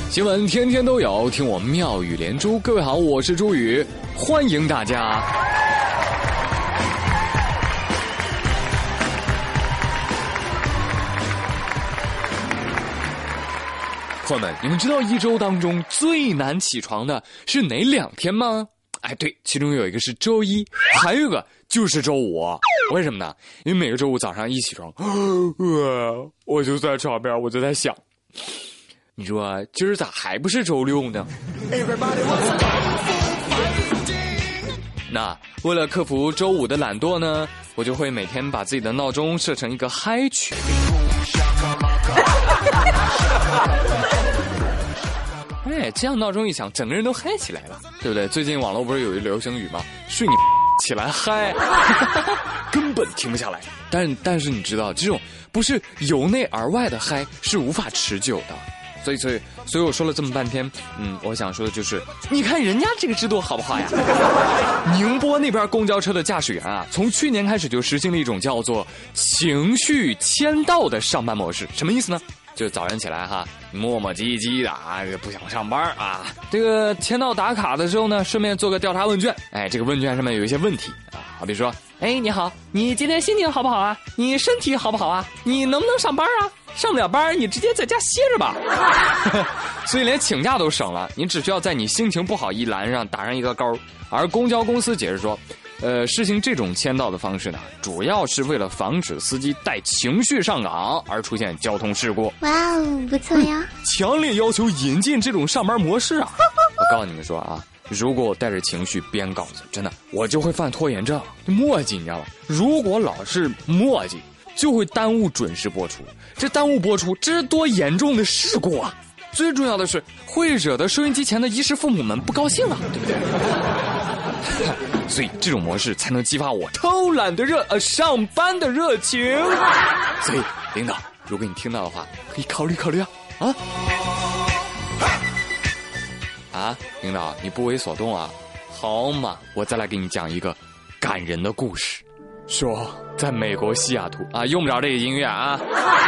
新闻天天都有，听我妙语连珠。各位好，我是朱宇，欢迎大家。朋友们，你们知道一周当中最难起床的是哪2天吗？哎，对，其中有一个是周一，还有一个就是周五。为什么呢？因为每个周五早上一起床，我就在床边，我就在想，你说今儿咋还不是周六呢？那为了克服周五的懒惰呢，我就会每天把自己的闹钟设成一个嗨曲。哎，这样闹钟一响，整个人都嗨起来了，对不对？最近网络不是有一流行语吗？睡你起来嗨，根本停不下来。但是你知道，这种不是由内而外的嗨是无法持久的。所以我说了这么半天，我想说的就是，你看人家这个制度好不好呀？宁波那边公交车的驾驶员啊，从去年开始就实行了一种叫做情绪签到的上班模式。什么意思呢？就早上起来哈，磨磨唧唧的啊，不想上班啊。这个签到打卡的时候呢，顺便做个调查问卷。哎，这个问卷上面有一些问题啊，好比说，哎，你好，你今天心情好不好啊？你身体好不好啊？你能不能上班啊？上不了班，你直接在家歇着吧。所以连请假都省了，你只需要在你心情不好一栏上打上一个勾。而公交公司解释说，实行这种签到的方式呢，主要是为了防止司机带情绪上岗而出现交通事故。 哇哦，不错呀！ 强烈要求引进这种上班模式啊！我告诉你们说啊，如果我带着情绪编稿子，真的我就会犯拖延症，磨叽，你知道吗？如果老是磨叽，就会耽误准时播出。这耽误播出，这是多严重的事故啊！最重要的是，会惹得收音机前的衣食父母们不高兴啊，对不对？所以这种模式才能激发我偷懒的上班的热情。所以领导，如果你听到的话，可以考虑考虑啊！领导，你不为所动啊？好嘛，我再来给你讲一个感人的故事。说在美国西雅图啊，用不着这个音乐啊。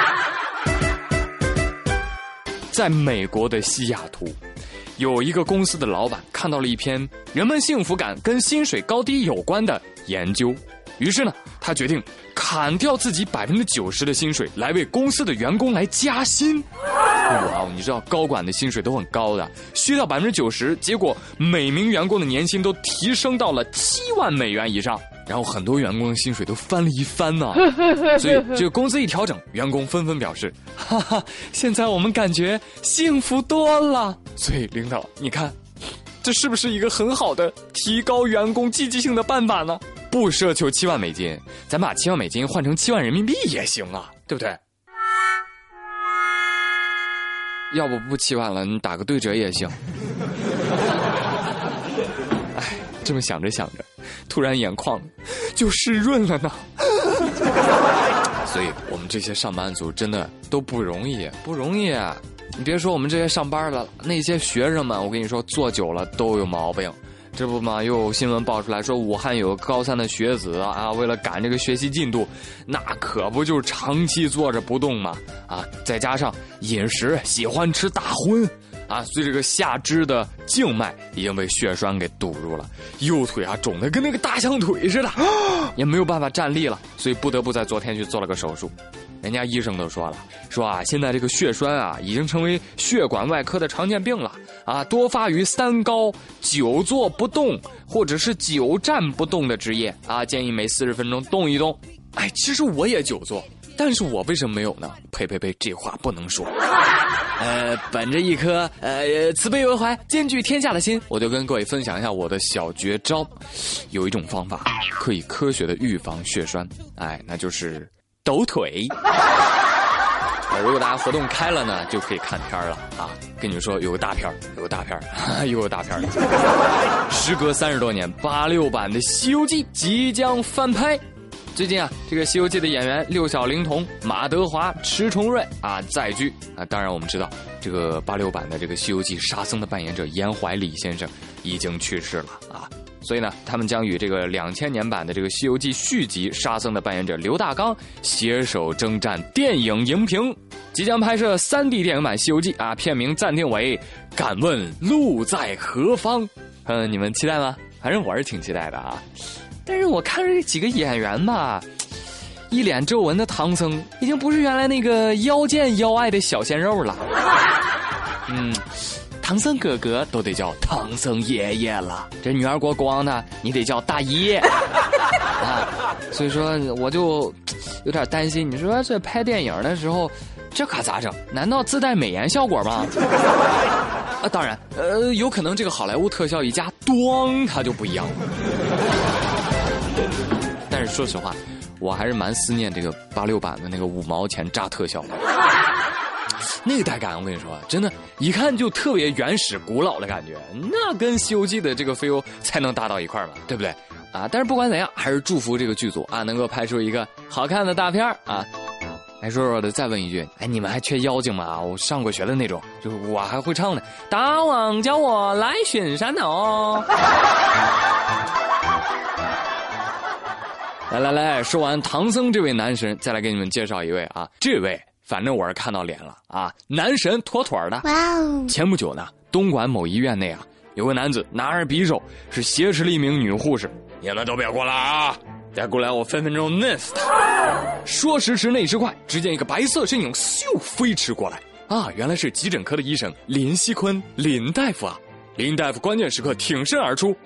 在美国的西雅图，有一个公司的老板看到了一篇人们幸福感跟薪水高低有关的研究，于是呢，他决定砍掉自己90%的薪水来为公司的员工来加薪。哇，你知道高管的薪水都很高的，削掉90%，结果每名员工的年薪都提升到了7万美元以上。然后很多员工的薪水都翻了一番呢，所以这个工资一调整，员工纷纷表示，哈哈，现在我们感觉幸福多了。所以领导，你看，这是不是一个很好的提高员工积极性的办法呢？不奢求7万美金，咱把7万美金换成7万人民币也行啊，对不对？要不7万了，你打个对折也行。哎，这么想着想着，突然眼眶就湿润了呢。所以我们这些上班族真的都不容易，不容易啊！你别说我们这些上班的，那些学生们，我跟你说，做久了都有毛病。这不嘛，又有新闻爆出来说，武汉有个高3的学子啊，为了赶这个学习进度，那可不就是长期坐着不动嘛啊！再加上饮食喜欢吃大荤啊，所以这个下肢的静脉已经被血栓给堵住了，右腿啊肿得跟那个大象腿似的，也没有办法站立了，所以不得不在昨天去做了个手术。人家医生都说了，说啊，现在这个血栓啊已经成为血管外科的常见病了啊，多发于3高、久坐不动或者是久站不动的职业啊，建议每40分钟动一动。哎，其实我也久坐，但是我为什么没有呢？呸，这话不能说。本着一颗慈悲为怀、兼具天下的心，我就跟各位分享一下我的小绝招。有一种方法可以科学的预防血栓，哎，那就是抖腿。如果大家活动开了呢，就可以看片了啊！跟你们说，有个大片，又有大片。时隔30多年，86版的《西游记》即将翻拍。最近啊，这个《西游记》的演员六小龄童、马德华、迟重瑞啊再聚啊。当然，我们知道这个86版的这个《西游记》沙僧的扮演者严怀礼先生已经去世了啊。 所以呢，他们将与这个2000年版的这个《西游记》续集沙僧的扮演者刘大刚携手征战电影荧屏，即将拍摄3D 电影版《西游记》啊，片名暂定为“敢问路在何方”。你们期待吗？反正我是挺期待的啊。但是我看这几个演员吧，一脸皱纹的唐僧已经不是原来那个妖见妖爱的小鲜肉了。唐僧哥哥都得叫唐僧爷爷了，这女儿国国王呢，你得叫大爷啊。所以说我就有点担心，你说这拍电影的时候，这可咋整？难道自带美颜效果吗？当然，有可能这个好莱坞特效一加，咣，它就不一样了。但是说实话，我还是蛮思念这个86版的那个5毛钱炸特效的。那个带感，我跟你说，真的，一看就特别原始、古老的感觉，那跟《西游记》的这个飞欧才能搭到一块儿嘛，对不对？啊，但是不管怎样，还是祝福这个剧组啊，能够拍出一个好看的大片啊。哎，弱弱的再问一句，哎，你们还缺妖精吗？我上过学的那种，就是我还会唱呢。大王叫我来巡山哦。来，说完唐僧这位男神，再来给你们介绍一位啊，这位。反正我是看到脸了啊，男神妥妥的。哇哦！前不久呢，东莞某医院内啊，有个男子拿着匕首是挟持了一名女护士。你们都别过来啊！再过来我分分钟弄死他。说时迟那时快，只见一个白色身影咻飞驰过来啊，原来是急诊科的医生林锡坤，林大夫啊。林大夫关键时刻挺身而出，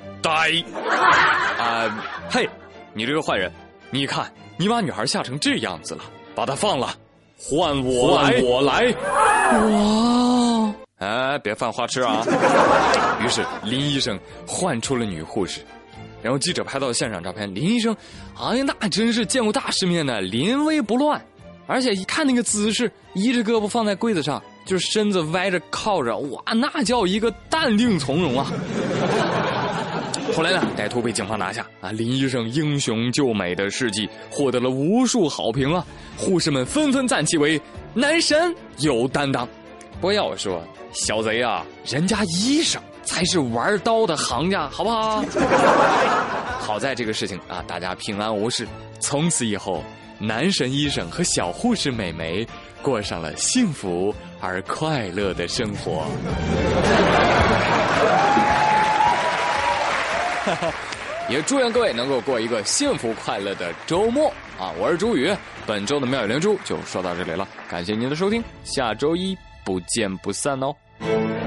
嘿，你这个坏人，你看你把女孩吓成这样子了，把她放了。换我来！哇！哎，别犯花痴啊！于是林医生唤出了女护士，然后记者拍到现场照片，林医生，哎呀，那真是见过大世面的，临危不乱，而且一看那个姿势，一只胳膊放在柜子上，就是身子歪着靠着，哇，那叫一个淡定从容啊！后来呢，歹徒被警方拿下啊！林医生英雄救美的事迹获得了无数好评啊！护士们纷纷赞其为男神有担当。不要我说，小贼啊，人家医生才是玩刀的行家，好不好？好在这个事情啊，大家平安无事。从此以后，男神医生和小护士美眉过上了幸福而快乐的生活。也祝愿各位能够过一个幸福快乐的周末啊！我是朱宇，本周的妙语连珠就说到这里了，感谢您的收听，下周一不见不散哦。